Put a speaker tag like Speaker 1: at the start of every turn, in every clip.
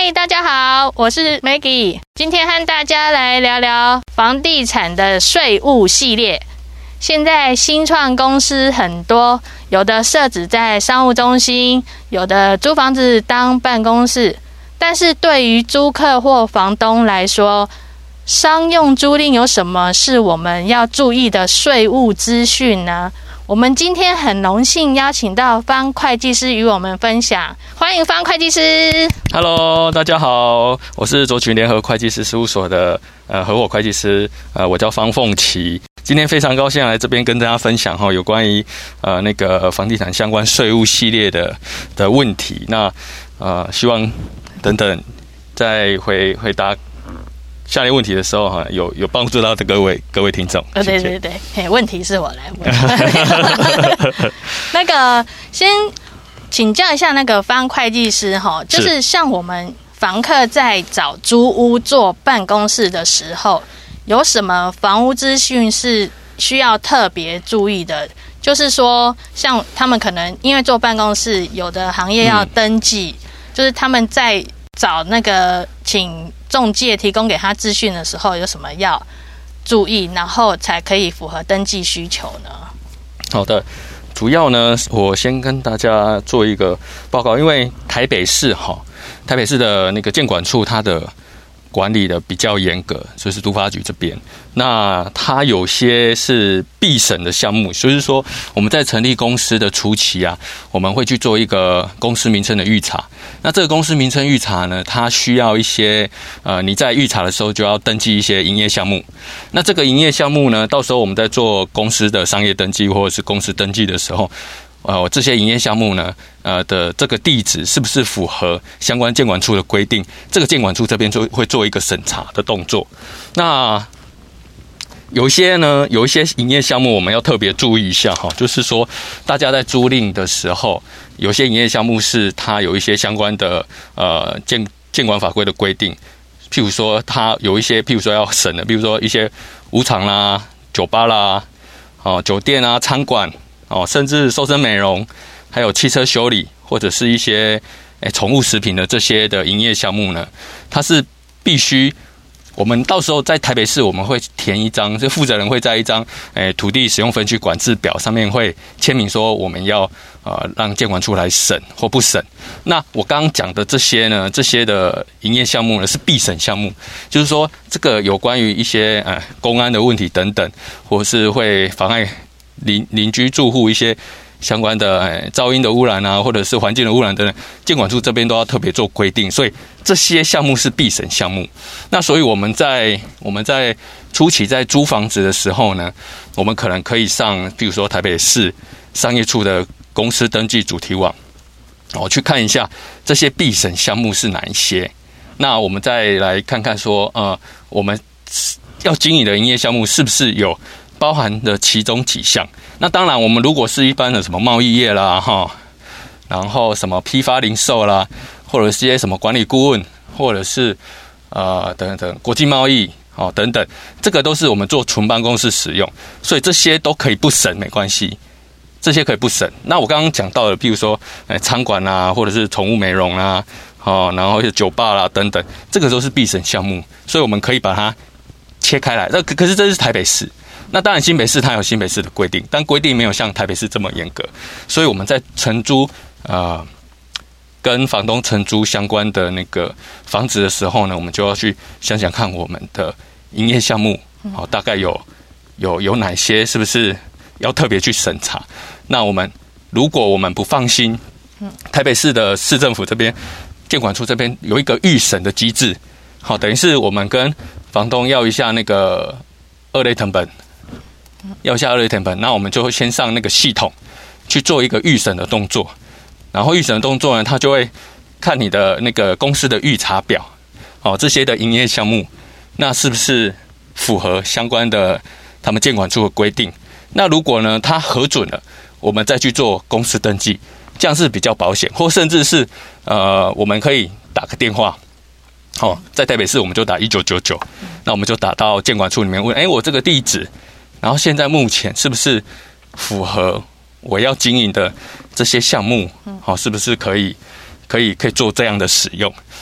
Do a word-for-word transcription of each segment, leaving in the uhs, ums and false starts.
Speaker 1: 嗨，大家好，我是 Maggie， 今天和大家来聊聊房地产的税务系列。现在新创公司很多，有的设置在商务中心，有的租房子当办公室。但是对于租客或房东来说，商用租赁有什么是我们要注意的税务资讯呢？我们今天很荣幸邀请到方会计师与我们分享，欢迎方会计师。
Speaker 2: Hello， 大家好，我是卓群联合会计师事务所的呃合伙会计师，呃，我叫方凤琪。今天非常高兴来这边跟大家分享哈，有关于呃那个房地产相关税务系列的的问题。那呃，希望等等再回回答下列问题的时候哈，有有帮助到的各位各位听众。
Speaker 1: 呃，对对对，嘿，问题是我来问。那个先请教一下那个方会计师哈，就是像我们房客在找租屋做办公室的时候，有什么房屋资讯是需要特别注意的？就是说，像他们可能因为做办公室，有的行业要登记，嗯、就是他们在找那个请仲介提供给他资讯的时候，有什么要注意，然后才可以符合登记需求呢？
Speaker 2: 好的，主要呢，我先跟大家做一个报告，因为台北市哈，台北市的那个建管处它的管理的比较严格，就是都发局这边，那它有些是必审的项目，所以说我们在成立公司的初期啊，我们会去做一个公司名称的预查。那这个公司名称预查呢，它需要一些呃，你在预查的时候就要登记一些营业项目。那这个营业项目呢，到时候我们在做公司的商业登记或者是公司登记的时候，呃，这些营业项目呢，呃的这个地址是不是符合相关建管处的规定？这个建管处这边就会做一个审查的动作。那有一些呢，有一些营业项目我们要特别注意一下哈，就是说大家在租赁的时候，有些营业项目是它有一些相关的呃建建管法规的规定，譬如说它有一些，譬如说要审的，譬如说一些舞场啦、酒吧啦、哦酒店啊、餐馆。哦，甚至瘦身美容，还有汽车修理，或者是一些诶宠物食品的这些的营业项目呢，它是必须我们到时候在台北市我们会填一张，就负责人会在一张诶土地使用分区管制表上面会签名说我们要呃让建管处来审或不审。那我刚刚讲的这些呢，这些的营业项目呢是必审项目，就是说这个有关于一些呃公安的问题等等，或是会妨碍邻邻居住户一些相关的、哎、噪音的污染啊，或者是环境的污染等等，建管处这边都要特别做规定，所以这些项目是必审项目。那所以我们在我们在初期在租房子的时候呢，我们可能可以上，比如说台北市商业处的公司登记主题网，哦，去看一下这些必审项目是哪一些。那我们再来看看说，呃，我们要经营的营业项目是不是有包含的其中几项。那当然我们如果是一般的什么贸易业啦哈，然后什么批发零售啦，或者是一些什么管理顾问，或者是呃等等国际贸易哦等等，这个都是我们做纯办公室使用，所以这些都可以不审没关系，这些可以不审。那我刚刚讲到的，比如说呃餐馆啦，或者是宠物美容啦，哦，然后酒吧啦等等，这个都是必审项目，所以我们可以把它切开来。那可是这是台北市。那当然新北市它有新北市的规定，但规定没有像台北市这么严格，所以我们在承租呃跟房东承租相关的那个房子的时候呢，我们就要去想想看我们的营业项目好、哦、大概有有有哪些是不是要特别去审查。那我们如果我们不放心，台北市的市政府这边建管处这边有一个预审的机制，好、哦、等于是我们跟房东要一下那个二类誊本。要下二类誊本，那我们就会先上那个系统去做一个预审的动作，然后预审的动作呢，它就会看你的那个公司的预查表，哦，这些的营业项目，那是不是符合相关的他们建管处的规定？那如果呢，它核准了，我们再去做公司登记，这样是比较保险，或甚至是呃，我们可以打个电话。哦，在台北市我们就打一九九九，那我们就打到建管处里面问，哎，我这个地址，然后现在目前是不是符合我要经营的这些项目？好、哦，是不是可以可以可以做这样的使用？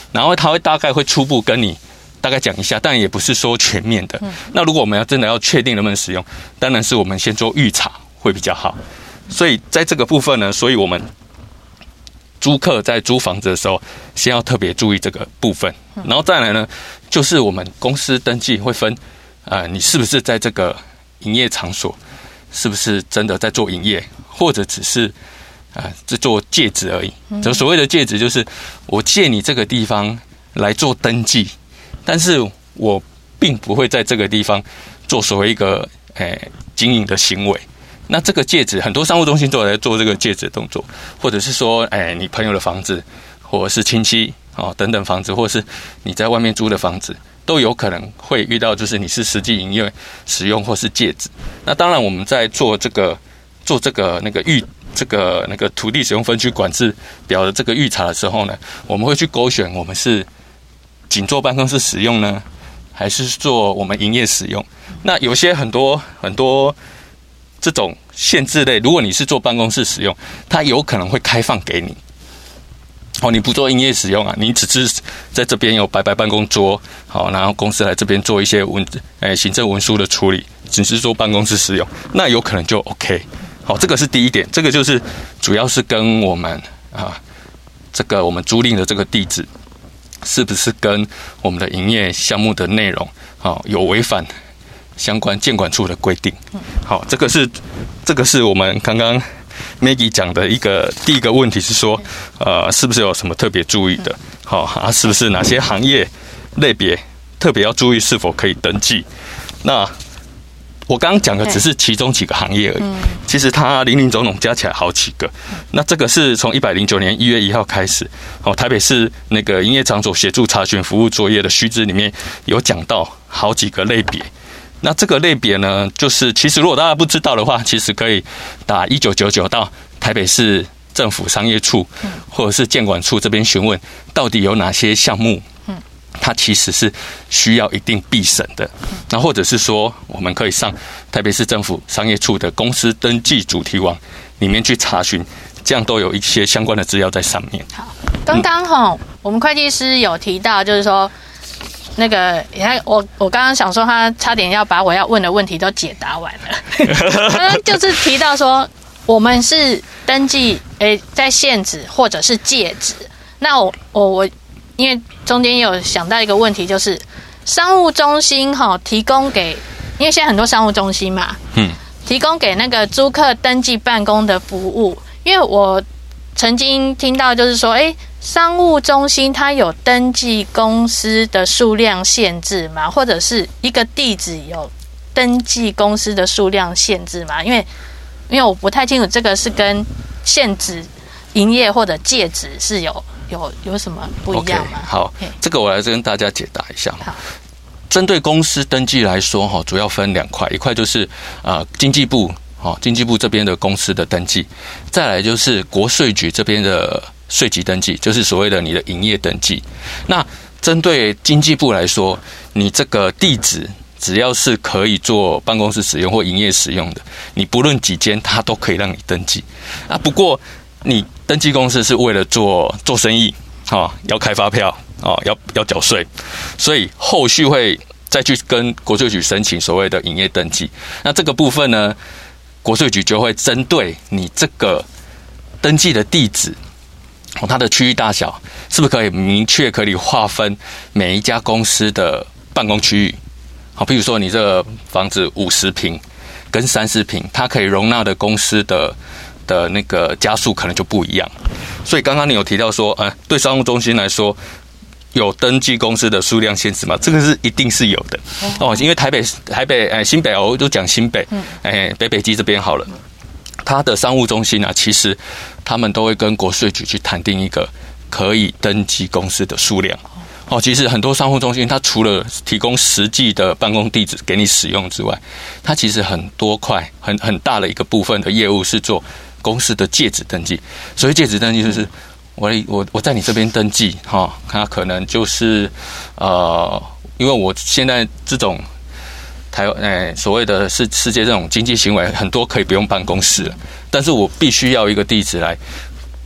Speaker 2: 然后他会大概会初步跟你大概讲一下，但也不是说全面的。那如果我们要真的要确定能不能使用，当然是我们先做预查会比较好。所以在这个部分呢，所以我们租客在租房子的时候，先要特别注意这个部分。然后再来呢，就是我们公司登记会分，呃，你是不是在这个营业场所，是不是真的在做营业，或者只是啊，这做借址而已。就所谓的借址，就是我借你这个地方来做登记，但是我并不会在这个地方做所谓一个诶经营的行为。那这个借址，很多商务中心都有在做这个借址的动作，或者是说，哎，你朋友的房子，或者是亲戚哦等等房子，或者是你在外面租的房子，都有可能会遇到，就是你是实际营业使用或是借址。那当然，我们在做这个做这个那个预这个那个土地使用分区管制表的这个预查的时候呢，我们会去勾选我们是仅做办公室使用呢，还是做我们营业使用。那有些很多很多这种限制类，如果你是做办公室使用，它有可能会开放给你。哦，你不做营业使用啊，你只是在这边有摆摆办公桌，好，然后公司来这边做一些文，诶，行政文书的处理，只是做办公室使用，那有可能就 OK。好，这个是第一点，这个就是主要是跟我们啊，这个我们租赁的这个地址，是不是跟我们的营业项目的内容，好，有违反相关建管处的规定。好，这个是这个是我们刚刚 Maggie 讲的一个第一个问题是说，呃，是不是有什么特别注意的？好啊，是不是哪些行业类别特别要注意是否可以登记？那我刚刚讲的只是其中几个行业而已，其实它林林总总加起来好几个。那这个是从一百零九年一月一号开始，哦，台北市那个营业场所协助查询服务作业的须知里面有讲到好几个类别。那这个类别呢，就是其实如果大家不知道的话，其实可以打一九九九到台北市政府商业处或者是建管处这边询问，到底有哪些项目，它其实是需要一定必审的。那或者是说，我们可以上台北市政府商业处的公司登记主题网里面去查询，这样都有一些相关的资料在上面。
Speaker 1: 好，刚刚哈，嗯、我们会计师有提到，就是说。那个，我我刚刚想说，他差点要把我要问的问题都解答完了。他就是提到说，我们是登记诶，在现址或者是借址。那我我我，因为中间有想到一个问题，就是商务中心哈提供给，因为现在很多商务中心嘛，嗯，提供给那个租客登记办公的服务。因为我曾经听到就是说，诶。商务中心它有登记公司的数量限制吗？或者是一个地址有登记公司的数量限制吗？因为因为我不太清楚这个是跟现址营业或者借址是有有有什么不一样吗？
Speaker 2: Okay, 好，这个我来跟大家解答一下。好，针对公司登记来说，哈，主要分两块，一块就是啊、呃、经济部，哦，经济部这边的公司的登记，再来就是国税局这边的。税籍登记就是所谓的你的营业登记。那针对经济部来说，你这个地址只要是可以做办公室使用或营业使用的，你不论几间，它都可以让你登记。啊，不过你登记公司是为了做做生意，哦，要开发票，哦，要要缴税，所以后续会再去跟国税局申请所谓的营业登记。那这个部分呢，国税局就会针对你这个登记的地址。它的区域大小是不是可以明确可以划分每一家公司的办公区域？好，比如说你这个房子五十坪跟三十坪，它可以容纳的公司的的那个家数可能就不一样。所以刚刚你有提到说，呃，对商务中心来说有登记公司的数量限制吗？这个是一定是有的哦，因为台北台北哎新北哦，我就讲新北，哎北北基这边好了。它的商务中心啊，其实他们都会跟国税局去谈定一个可以登记公司的数量。哦，其实很多商务中心，它除了提供实际的办公地址给你使用之外，它其实很多块很很大的一个部分的业务是做公司的借址登记。所以借址登记就是我我我在你这边登记，哈、哦，它可能就是呃，因为我现在这种。台湾诶，所谓的是世界这种经济行为，很多可以不用办公室了，但是我必须要一个地址来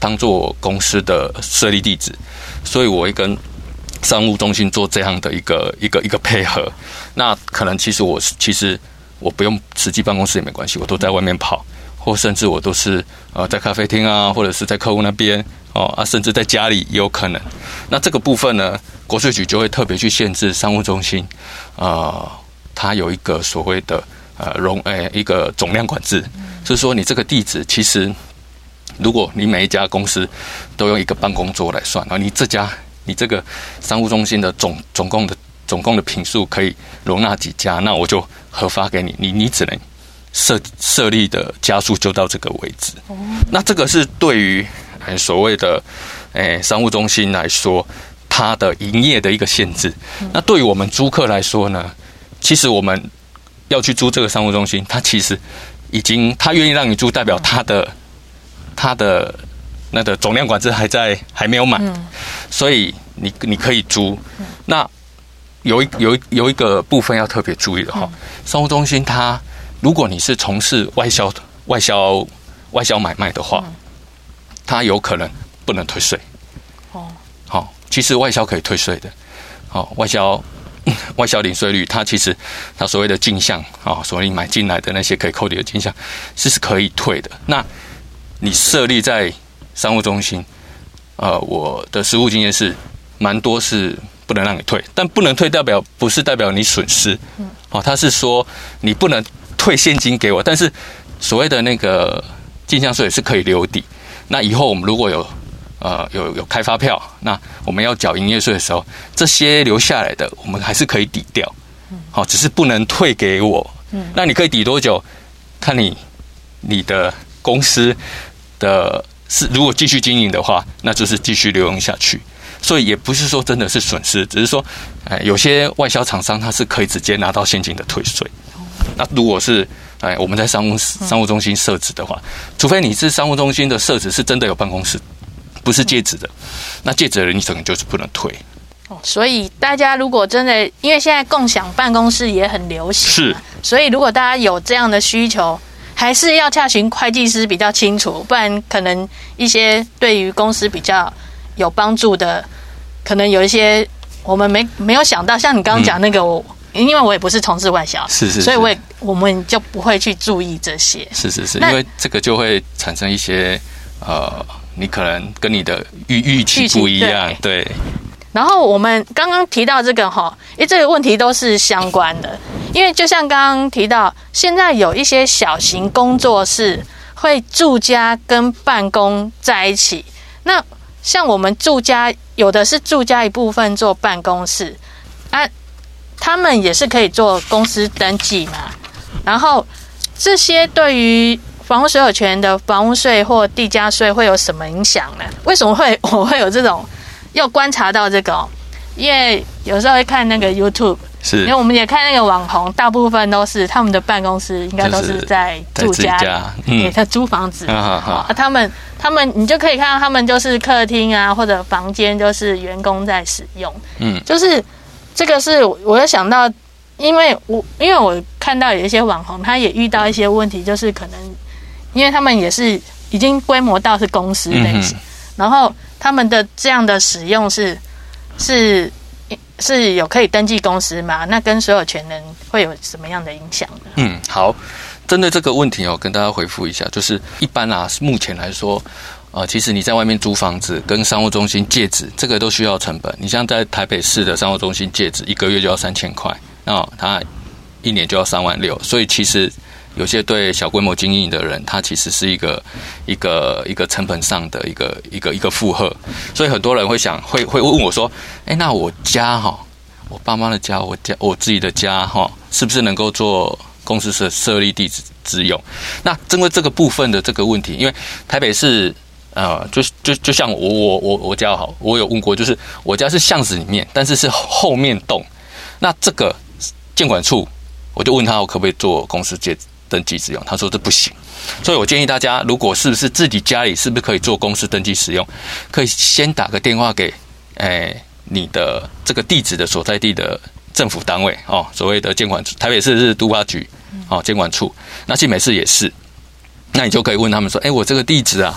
Speaker 2: 当做公司的设立地址，所以我会跟商务中心做这样的一个一个一个配合。那可能其实我其实我不用实际办公室也没关系，我都在外面跑，或甚至我都是呃在咖啡厅啊，或者是在客户那边哦啊，甚至在家里也有可能。那这个部分呢，国税局就会特别去限制商务中心，呃，它有一个所谓的呃容诶一个总量管制，就是说你这个地址其实，如果你每一家公司都用一个办公桌来算，啊，你这家你这个商务中心的总总共的总共的坪数可以容纳几家，那我就核发给你，你你只能设设立的家数就到这个为止。哦、那这个是对于诶所谓的诶商务中心来说，它的营业的一个限制。嗯、那对于我们租客来说呢，其实我们要去租这个商务中心，它其实已经他愿意让你租，代表他的他的那个总量管制还在还没有满，嗯、所以你你可以租。嗯、那有一有一有一个部分要特别注意的哈，嗯、商务中心它如果你是从事外销外销外销买卖的话，嗯、它有可能不能退税。哦，好，其实外销可以退税的，好，外销。外销领税率，它其实它所谓的进项啊，所谓买进来的那些可以扣抵的进项，是是可以退的。那你设立在商务中心，呃，我的实务经验是蛮多是不能让你退，但不能退代表不是代表你损失，哦，它是说你不能退现金给我，但是所谓的那个进项税是可以留抵。那以后我们如果有呃，有有开发票，那我们要缴营业税的时候，这些留下来的我们还是可以抵掉，好，只是不能退给我。嗯，那你可以抵多久？看你你的公司的是如果继续经营的话，那就是继续留用下去。所以也不是说真的是损失，只是说，哎，有些外销厂商他是可以直接拿到现金的退税。那如果是哎我们在商务商务中心设置的话，除非你是商务中心的设置是真的有办公室。不是借址的，那借址的人你可能就是不能退。
Speaker 1: 所以大家如果真的，因为现在共享办公室也很流行，
Speaker 2: 是，
Speaker 1: 所以如果大家有这样的需求，还是要洽询会计师比较清楚，不然可能一些对于公司比较有帮助的，可能有一些我们没没有想到，像你刚刚讲那个我。嗯，因为我也不是从事外销，
Speaker 2: 是 是, 是，
Speaker 1: 所以我也我们就不会去注意这些。
Speaker 2: 是是是，因为这个就会产生一些呃，你可能跟你的预预期不一样，对。对
Speaker 1: 然后我们刚刚提到这个哈，因为这个问题都是相关的，因为就像刚刚提到，现在有一些小型工作室会住家跟办公在一起。那像我们住家，有的是住家一部分做办公室啊。他们也是可以做公司登记嘛，然后这些对于房屋所有权的房屋税或地价税会有什么影响呢？为什么会我会有这种又观察到这个、哦？因为有时候会看那个 YouTube，
Speaker 2: 是，
Speaker 1: 因为我们也看那个网红，大部分都是他们的办公室应该都是在住家里，嗯，他租房子，啊好啊，他们他们你就可以看到他们就是客厅啊或者房间就是员工在使用，嗯，就是。这个是我有想到，因为我因为我看到有一些网红，他也遇到一些问题，就是可能因为他们也是已经规模到是公司类型，嗯、然后他们的这样的使用是是是有可以登记公司嘛？那跟所有权人会有什么样的影响呢？
Speaker 2: 嗯，好，针对这个问题哦，跟大家回复一下，就是一般啊，目前来说。呃，其实你在外面租房子跟商务中心借址，这个都需要成本。你像在台北市的商务中心借址，一个月就要三千块，那他一年就要三万六。所以其实有些对小规模经营的人，他其实是一个一个一个成本上的一个一个一个负荷。所以很多人会想，会会问我说：“哎，那我家哈，我爸妈的家，我家我自己的家哈，是不是能够做公司设设立地址之用？”那针对这个部分的这个问题，因为台北市。呃，就就就像我我我我家好，我有问过，就是我家是巷子里面，但是是后面栋，那这个建管处，我就问他我可不可以做公司借登记使用，他说这不行，所以我建议大家，如果是不是自己家里是不是可以做公司登记使用，可以先打个电话给，诶你的这个地址的所在地的政府单位哦，所谓的建管处，台北市是都发局哦，监管处，那新北市也是，那你就可以问他们说，哎，我这个地址啊。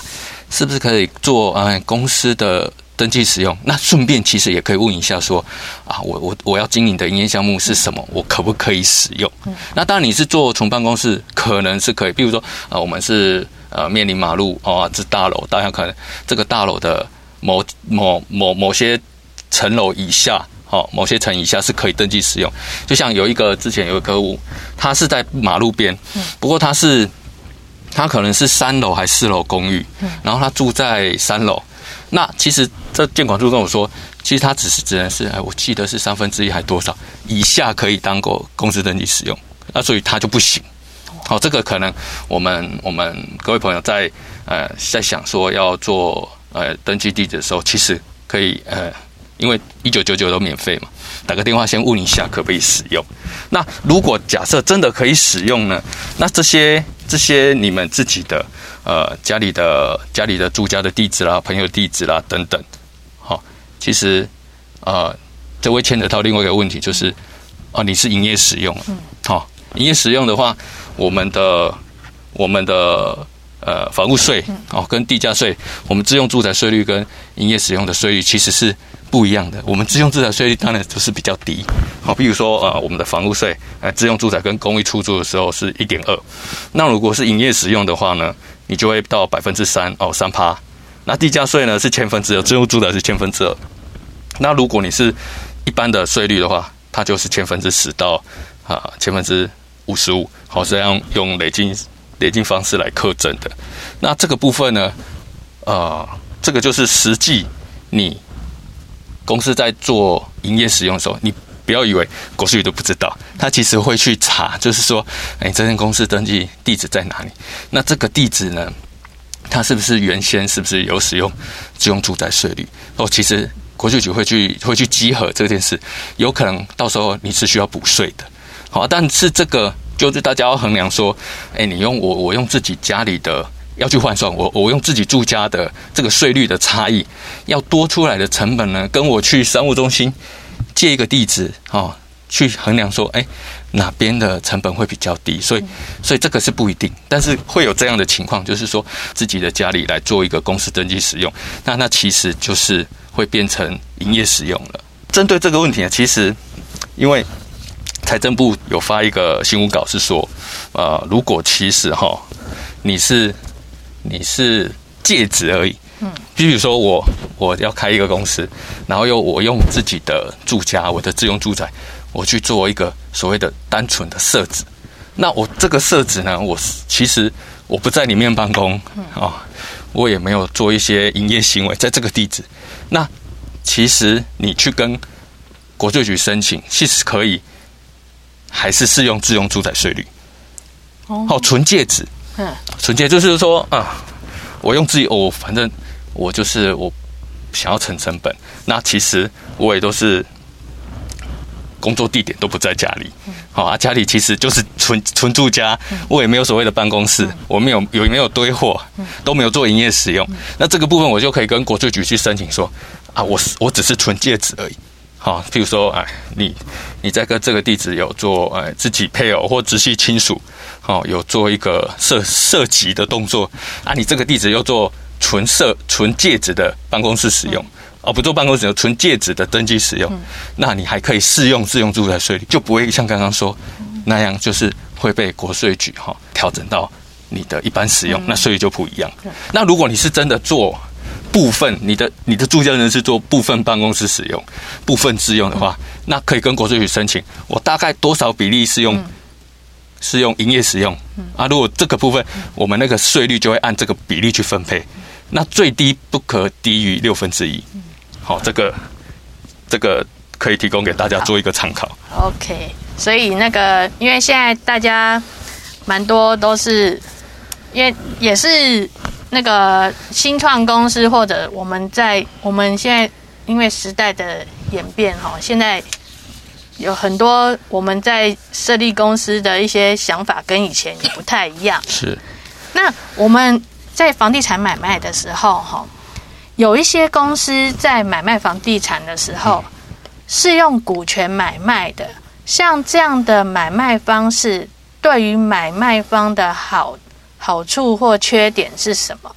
Speaker 2: 是不是可以做呃公司的登记使用？那顺便其实也可以问一下说啊，我我我要经营的营业项目是什么？我可不可以使用？嗯、那当然你是做纯办公室，可能是可以。比如说呃，我们是呃面临马路哦，这大楼，大家可能这个大楼的某某某某些层楼以下。好、哦，某些层以下是可以登记使用。就像有一个之前有一个客户，他是在马路边，不过他是他可能是三楼还是四楼公寓，然后他住在三楼。那其实这建管处跟我说，其实他只是只能是，哎，我记得是三分之一还多少以下可以当过公司登记使用，那所以他就不行。好、哦，这个可能我们我们各位朋友在呃在想说要做呃登记地址的时候，其实可以呃。因为一九九九都免费嘛，打个电话先问一下可不可以使用。那如果假设真的可以使用呢？那这些这些你们自己的呃家里的家里的住家的地址啦、朋友地址啦等等，好、哦，其实呃这会牵扯到另外一个问题，就是啊、呃、你是营业使用，好、哦，营业使用的话，我们的我们的。呃，房屋税哦，跟地价税，我们自用住宅税率跟营业使用的税率其实是不一样的。我们自用住宅税率当然就是比较低，好、哦，比如说呃，我们的房屋税，呃，自用住宅跟公寓出租的时候是 一点二， 那如果是营业使用的话呢，你就会到百分之三哦，三趴。那地价税呢是千分之二，自用住宅是千分之二。那如果你是一般的税率的话，它就是千分之十到啊千分之五十五，好，这样用累进。累进方式来课征的。那这个部分呢，呃，这个就是实际你公司在做营业使用的时候，你不要以为国税局都不知道，他其实会去查，就是说，哎，这间公司登记地址在哪里？那这个地址呢，它是不是原先是不是有使用自用住宅税率？哦，其实国税局会去会去稽核这件事，有可能到时候你是需要补税的。好，但是这个。就是大家要衡量说，哎，你用我我用自己家里的要去换算，我我用自己住家的这个税率的差异，要多出来的成本呢，跟我去商务中心借一个地址，哦，去衡量说，哎，哪边的成本会比较低，所以所以这个是不一定，但是会有这样的情况，就是说自己的家里来做一个公司登记使用，那那其实就是会变成营业使用了。针对这个问题呢，其实因为。财政部有发一个新闻稿，是说，呃，如果其实哈，你是你是借址而已，嗯，比如说我我要开一个公司，然后又我用自己的住家，我的自用住宅，我去做一个所谓的单纯的设置，那我这个设置呢，我其实我不在里面办公啊、哦，我也没有做一些营业行为，在这个地址，那其实你去跟国税局申请，其实可以。还是适用自用住宅税率，哦，纯借址，嗯，纯借就是说啊，我用自己，我、哦、反正我就是我想要省成本，那其实我也都是工作地点都不在家里，好、嗯、啊，家里其实就是纯纯住家，嗯、我也没有所谓的办公室，嗯、我没有有没有堆货，嗯、都没有做营业使用，嗯、那这个部分我就可以跟国税局去申请说，啊，我我只是纯借址而已。好，譬如说，哎，你你在跟这个地址有做，哎，自己配偶或直系亲属，好、哦，有做一个设设籍的动作，啊，你这个地址又做纯设纯借址的办公室使用，嗯、哦，不做办公室，纯借址的登记使用，嗯、那你还可以适用自用住宅税率，就不会像刚刚说那样，就是会被国税局哈、哦、调整到你的一般使用，嗯、那税率就不一样。嗯、那如果你是真的做。部分你的你的住家人是做部分办公室使用，部分自用的话，嗯、那可以跟国税局申请，我大概多少比例是用、嗯、是用营业使用、嗯、啊？如果这个部分、嗯、我们那个税率就会按这个比例去分配，嗯、那最低不可低于六分之一。好，这个这个可以提供给大家做一个参考。
Speaker 1: OK， 所以那个因为现在大家蛮多都是因为也是。那个新创公司或者我们在我们现在因为时代的演变哈，现在有很多我们在设立公司的一些想法跟以前也不太一样。
Speaker 2: 是。
Speaker 1: 那我们在房地产买卖的时候哈，有一些公司在买卖房地产的时候、嗯、是用股权买卖的，像这样的买卖方式，对于买卖方的好。好处或缺点是什么？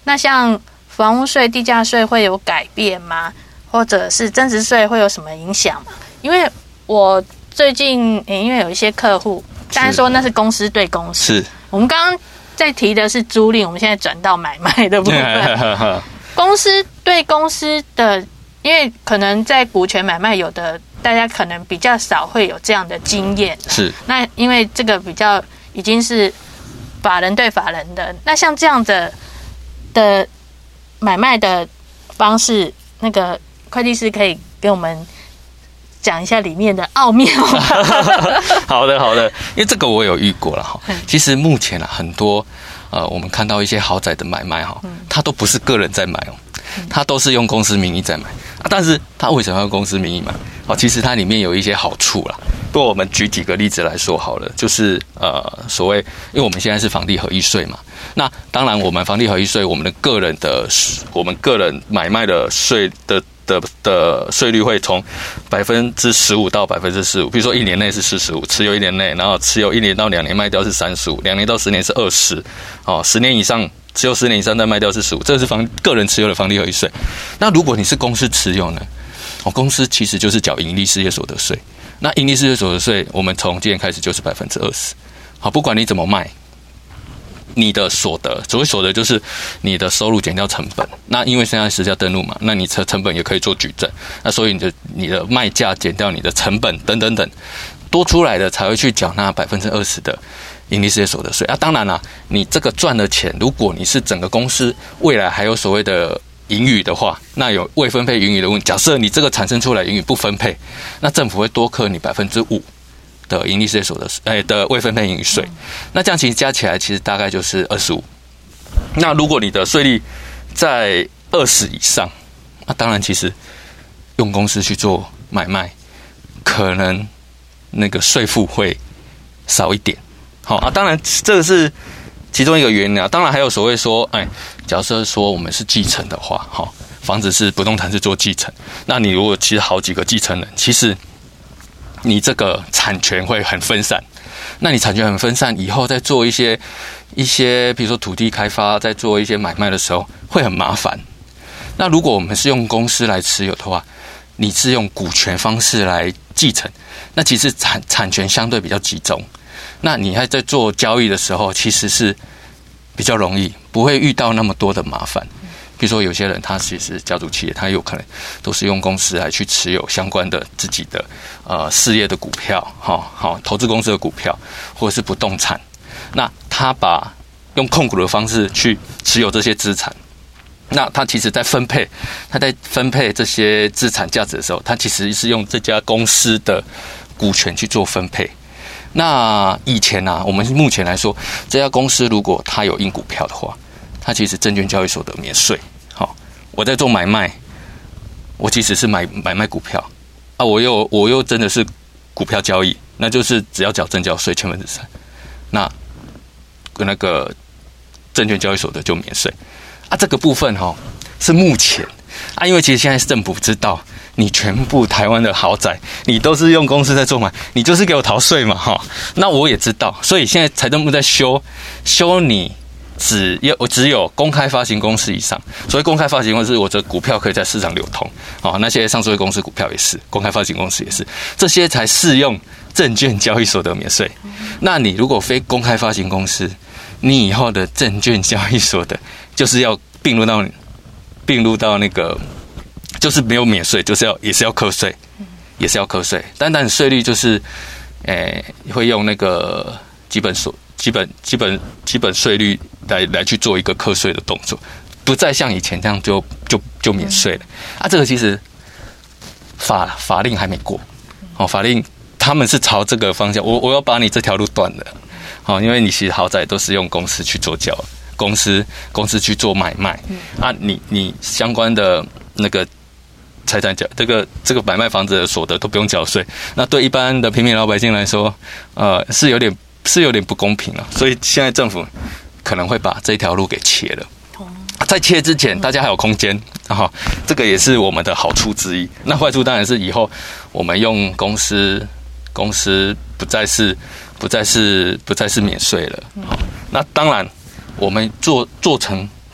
Speaker 1: 那像房屋税、地价税会有改变吗？或者是增值税会有什么影响吗？因为我最近因为有一些客户，当然说那是公司对公司，
Speaker 2: 是
Speaker 1: 我们刚刚在提的是租赁，我们现在转到买卖的部分。公司对公司的，因为可能在股权买卖，有的大家可能比较少会有这样的经验。
Speaker 2: 是，
Speaker 1: 那因为这个比较已经是法人对法人的，那像这样的的买卖的方式，那个会计师可以给我们讲一下里面的奥妙。
Speaker 2: 好的，好的，因为这个我有遇过了哈。其实目前啊，很多呃，我们看到一些豪宅的买卖哈，它都不是个人在买哦，它都是用公司名义在买啊。但是它为什么要用公司名义买？哦，其实它里面有一些好处啦。不过我们举几个例子来说好了，就是呃，所谓，因为我们现在是房地合一税嘛，那当然我们房地合一税，我们的个人的，我们个人买卖的税的。的的税率会从百分之十五到百分之十五，比如说一年内是四十五，持有一年内，然后持有一年到两年卖掉是三十五，两年到十年是二十，哦，十年以上持有十年以上再卖掉是十五，这是房个人持有的房地合一税。那如果你是公司持有呢？哦，公司其实就是缴盈利事业所得税。那盈利事业所得税，我们从今年开始就是百分之二十。好，不管你怎么卖。你的所得，所谓所得就是你的收入减掉成本。那因为现在实价登录嘛，那你成成本也可以做举证。那所以你的你的卖价减掉你的成本等等等，多出来的才会去缴纳百分之二十的盈利事业所得税啊。当然啦，你这个赚的钱，如果你是整个公司未来还有所谓的盈余的话，那有未分配盈余的问题。假设你这个产生出来盈余不分配，那政府会多课你百分之五。的盈利事业所得税，哎的未分配盈余税，那这样其实加起来其实大概就是二十五。那如果你的税率在二十以上，那当然其实用公司去做买卖，可能那个税负会少一点。好啊，当然这个是其中一个原因啊。当然还有所谓说，哎，假设说我们是继承的话，好，房子是不动产是做继承，那你如果其实好几个继承人，其实。你这个产权会很分散，那你产权很分散以后，再做一些一些，比如说土地开发，在做一些买卖的时候，会很麻烦。那如果我们是用公司来持有的话，你是用股权方式来继承，那其实产产权相对比较集中，那你还在做交易的时候，其实是比较容易，不会遇到那么多的麻烦。比如说有些人他其实家族企业，他有可能都是用公司来去持有相关的自己的呃事业的股票，好好投资公司的股票或者是不动产，那他把用控股的方式去持有这些资产，那他其实在分配他在分配这些资产价值的时候，他其实是用这家公司的股权去做分配。那以前啊，我们目前来说，这家公司如果他有印股票的话，它其实证券交易所得免税。好，我在做买卖，我即使是买买卖股票啊，我又我又真的是股票交易，那就是只要缴证交税千分之三，那那个证券交易所得就免税啊。这个部分哈、哦、是目前啊，因为其实现在政府知道你全部台湾的豪宅，你都是用公司在做买，你就是给我逃税嘛哈。那我也知道，所以现在财政部在修修你。只有只有公开发行公司以上，所以公开发行公司，我的股票可以在市场流通，哦，那些上市公司股票也是，公开发行公司也是，这些才适用证券交易所得免税。那你如果非公开发行公司，你以后的证券交易所得就是要并入到并入到那个，就是没有免税，就是要也是要课税，也是要课税，但但税率就是，诶、欸，会用那个基本所。基本基本基本税率来来去做一个课税的动作，不再像以前这样就就就免税了啊！这个其实法法令还没过，哦，法令他们是朝这个方向，我我要把你这条路断了，哦，因为你其实豪宅都是用公司去做交，公司公司去做买卖啊，你你相关的那个财产缴这个这个买卖房子的所得都不用缴税，那对一般的平民老百姓来说，呃，是有点。是有点不公平了，所以现在政府可能会把这条路给切了。在切之前，大家还有空间，然后这个也是我们的好处之一。那坏处当然是以后我们用公司，公司不再是不再是不再是免税了。那当然，我们做做成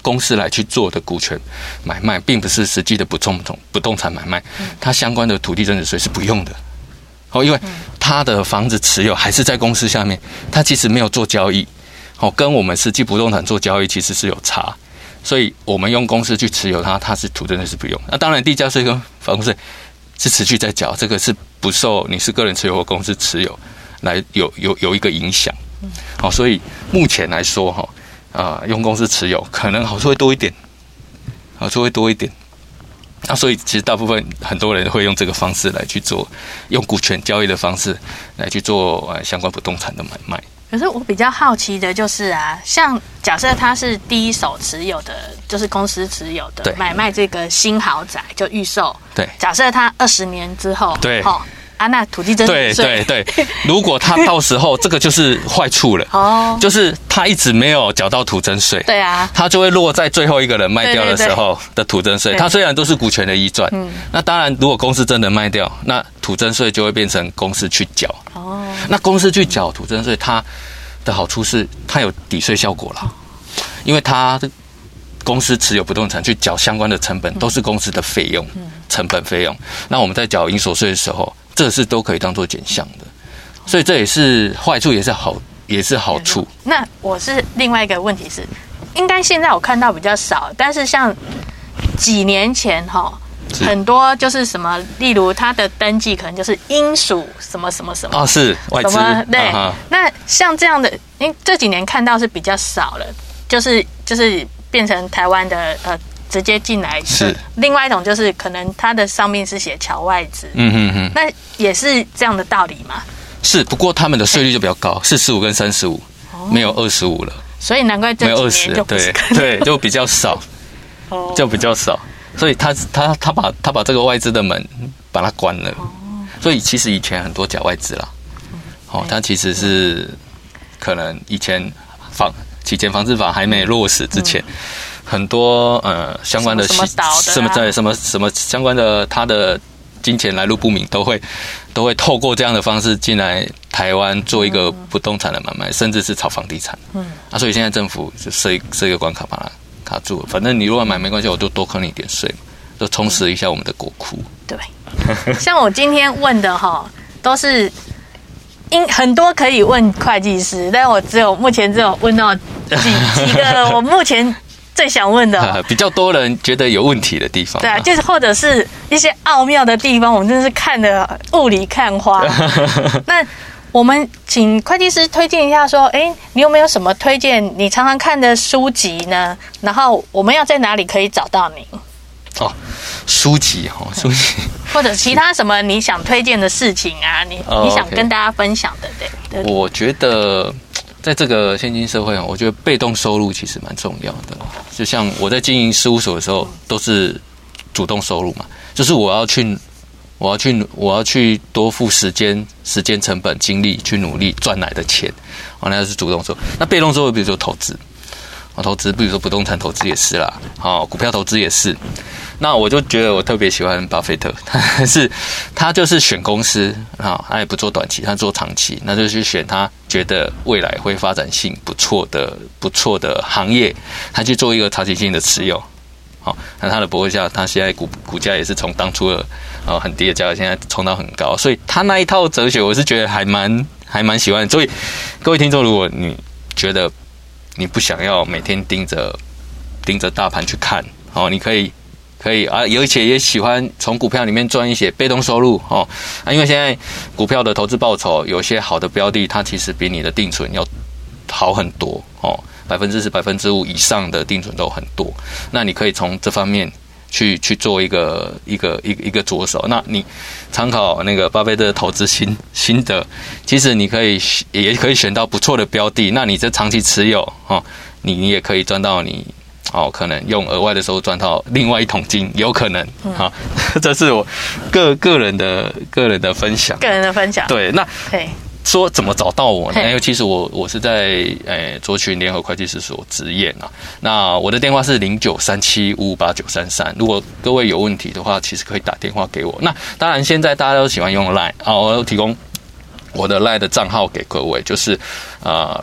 Speaker 2: 公司来去做的股权买卖，并不是实际的不动不动产买卖，它相关的土地增值税是不用的。哦，因为他的房子持有还是在公司下面，他其实没有做交易，哦，跟我们实际不动产做交易其实是有差，所以我们用公司去持有它，它是土增值税是不用。那当然，地价税跟房屋税是持续在缴，这个是不受你是个人持有或公司持有来有有有一个影响。好，所以目前来说，哈，啊，用公司持有可能好处会多一点，好处会多一点。那、啊、所以其实大部分很多人会用这个方式来去做，用股权交易的方式来去做呃相关不动产的买卖。
Speaker 1: 可是我比较好奇的就是啊，像假设他是第一手持有的，就是公司持有的买卖这个新豪宅就预售，
Speaker 2: 对，
Speaker 1: 假设他二十年之后，
Speaker 2: 对，
Speaker 1: 哦。啊，那土地增值税，
Speaker 2: 对对对，如果他到时候这个就是坏处了，哦，就是他一直没有缴到土增税，
Speaker 1: 对啊，
Speaker 2: 他就会落在最后一个人卖掉的时候的土增税。他虽然都是股权的移转，嗯，那当然如果公司真的卖掉，那土增税就会变成公司去缴，哦，那公司去缴土增税，它的好处是它有抵税效果啦，因为它公司持有不动产去缴相关的成本都是公司的费用，嗯、成本费用。那我们在缴营所税的时候，这是都可以当做减项的，所以这也是坏处，也是好，也是好处。
Speaker 1: 那我是另外一个问题是，应该现在我看到比较少，但是像几年前哈，很多就是什么，例如它的登记可能就是英属什么什么什么
Speaker 2: 啊、哦，是外资
Speaker 1: 对、
Speaker 2: 啊。
Speaker 1: 那像这样的，因这几年看到是比较少了，就是就是变成台湾的呃。直接进来是，另外一种就是可能它的上面是写侨外资，嗯嗯嗯，那也是这样的道理吗？
Speaker 2: 是，不过他们的税率就比较高，四十五跟三十五，没有二十五了，
Speaker 1: 所以难怪这几年就不是，
Speaker 2: 对对，就比较少，就比较少，所以他他他把他把这个外资的门把它关了，所以其实以前很多假外资啦，哦，它其实是可能以前房期间防治法还没落实之前。嗯很多呃相关的
Speaker 1: 什么岛的、啊、
Speaker 2: 什么在什么什么相关的他的金钱来路不明，都会都会透过这样的方式进来台湾做一个不动产的买卖，嗯、甚至是炒房地产。嗯，啊，所以现在政府就设设一个关卡把它卡住了。反正你如果买没关系，我就多扣你一点税，就充实一下我们的国库。
Speaker 1: 对，像我今天问的哈，都是因很多可以问会计师，但我只有目前只有问到几几个我目前。最想问的、哦、
Speaker 2: 比较多人觉得有问题的地方，
Speaker 1: 对啊，就是或者是一些奥妙的地方，我们真的是看得雾里看花。那我们请会计师推荐一下，说，哎，你有没有什么推荐你常常看的书籍呢？然后我们要在哪里可以找到你？
Speaker 2: 哦，书籍哦，书籍，
Speaker 1: 或者其他什么你想推荐的事情啊，你、哦、你想跟大家分享的，对，对
Speaker 2: 我觉得。在这个现今社会，我觉得被动收入其实蛮重要的。就像我在经营事务所的时候，都是主动收入嘛，就是我要去，我要去，我要去多付时间、时间成本、精力去努力赚来的钱，哦，那是主动收入。那被动收入，比如说投资，哦，投资，比如说不动产投资也是啦，哦，股票投资也是。那我就觉得我特别喜欢巴菲特，他是他就是选公司啊，他也不做短期，他做长期，那就去选他觉得未来会发展性不错的不错的行业，他去做一个长期性的持有。好，那他的博士下，他现在股股价也是从当初的呃很低的价格，现在冲到很高，所以他那一套哲学，我是觉得还蛮还蛮喜欢的。所以各位听众，如果你觉得你不想要每天盯着盯着大盘去看，哦，你可以。可以啊，而且也喜欢从股票里面赚一些被动收入哦啊，因为现在股票的投资报酬有些好的标的，它其实比你的定存要好很多哦，百分之十、百分之五以上的定存都很多。那你可以从这方面去去做一个一个一个一个着手。那你参考那个巴菲特的投资心心得，其实你可以也可以选到不错的标的。那你这长期持有哦，你你也可以赚到你。哦，可能用额外的收入赚到另外一桶金，有可能。好、嗯，这是我个个人的个人的分享。
Speaker 1: 个人的分享。
Speaker 2: 对，那说怎么找到我呢？因为其实我我是在诶卓群联合会计师所执业啊。那我的电话是零九三七五五八九三三。如果各位有问题的话，其实可以打电话给我。那当然，现在大家都喜欢用 Line 啊，我提供我的 Line 的账号给各位，就是呃。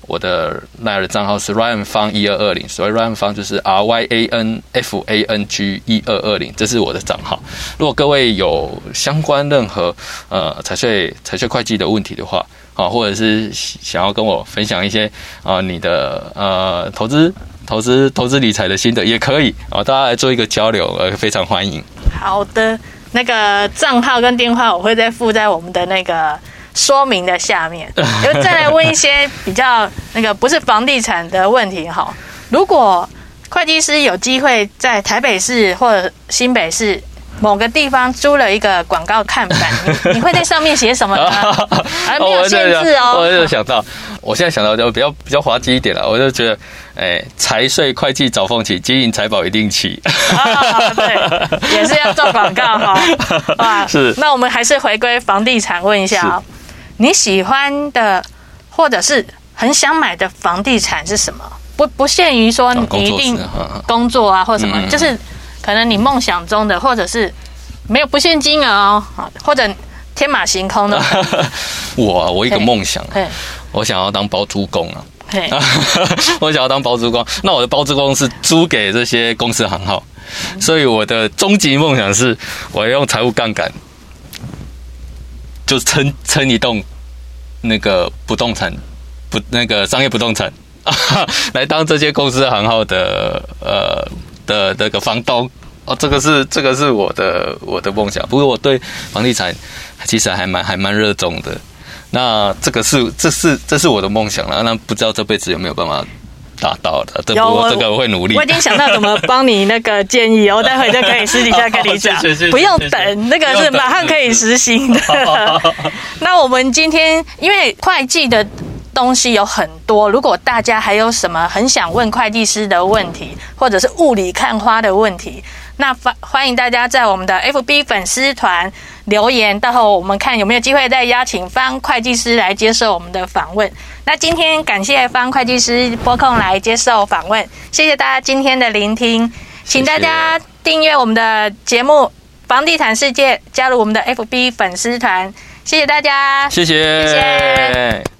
Speaker 2: 我的 LINE 的账号是 Ryan Fang 一二二零，所谓 Ryan Fang 就是 R Y A N F A N G 一二二零，这是我的账号。如果各位有相关任何呃财税财税会计的问题的话，啊，或者是想要跟我分享一些啊、呃、你的呃投资投资投资理财的心得，也可以啊，大家来做一个交流，呃，非常欢迎。
Speaker 1: 好的。那个账号跟电话我会再附在我们的那个说明的下面，就再来问一些比较那个不是房地产的问题哈。如果会计师有机会在台北市或者新北市某个地方租了一个广告看板，你, 你会在上面写什么呢？而没有限制哦。
Speaker 2: 我就想到，我现在想到就比较比较滑稽一点了，我就觉得，哎，财税会计早风起，金银财宝一定齐。
Speaker 1: 啊，对，也是要做广告哈。哇，是。那我们还是回归房地产，问一下啊、哦，你喜欢的或者是很想买的房地产是什么？不不限于说你一定工作啊，或者什么，嗯、就是。可能你梦想中的，或者是没有不限金额哦，或者天马行空的。
Speaker 2: 我我一个梦想，我想要当包租公啊。我想要当包租公，那我的包租公是租给这些公司行号，所以我的终极梦想是，我要用财务杠杆，就撑撑一栋那个不动产，不那个商业不动产，来当这些公司行号的呃。的那个房东哦，这个是这个是我的我的梦想。不过我对房地产其实还蛮还蛮热衷的。那这个是这是这是我的梦想了。那不知道这辈子有没有办法达到的？不过这个我会努力。
Speaker 1: 我已经想到怎么帮你那个建议，我待会就可以私底下跟你讲，哦、不用等，那个是马上可以实行的。那我们今天因为会计的东西有很多，如果大家还有什么很想问会计师的问题，或者是雾里看花的问题，那欢迎大家在我们的 F B 粉丝团留言，到时候我们看有没有机会再邀请方会计师来接受我们的访问。那今天感谢方会计师拨空来接受访问，谢谢大家今天的聆听，请大家订阅我们的节目《房地产世界》，加入我们的 F B 粉丝团，谢谢大家，
Speaker 2: 谢谢，谢谢。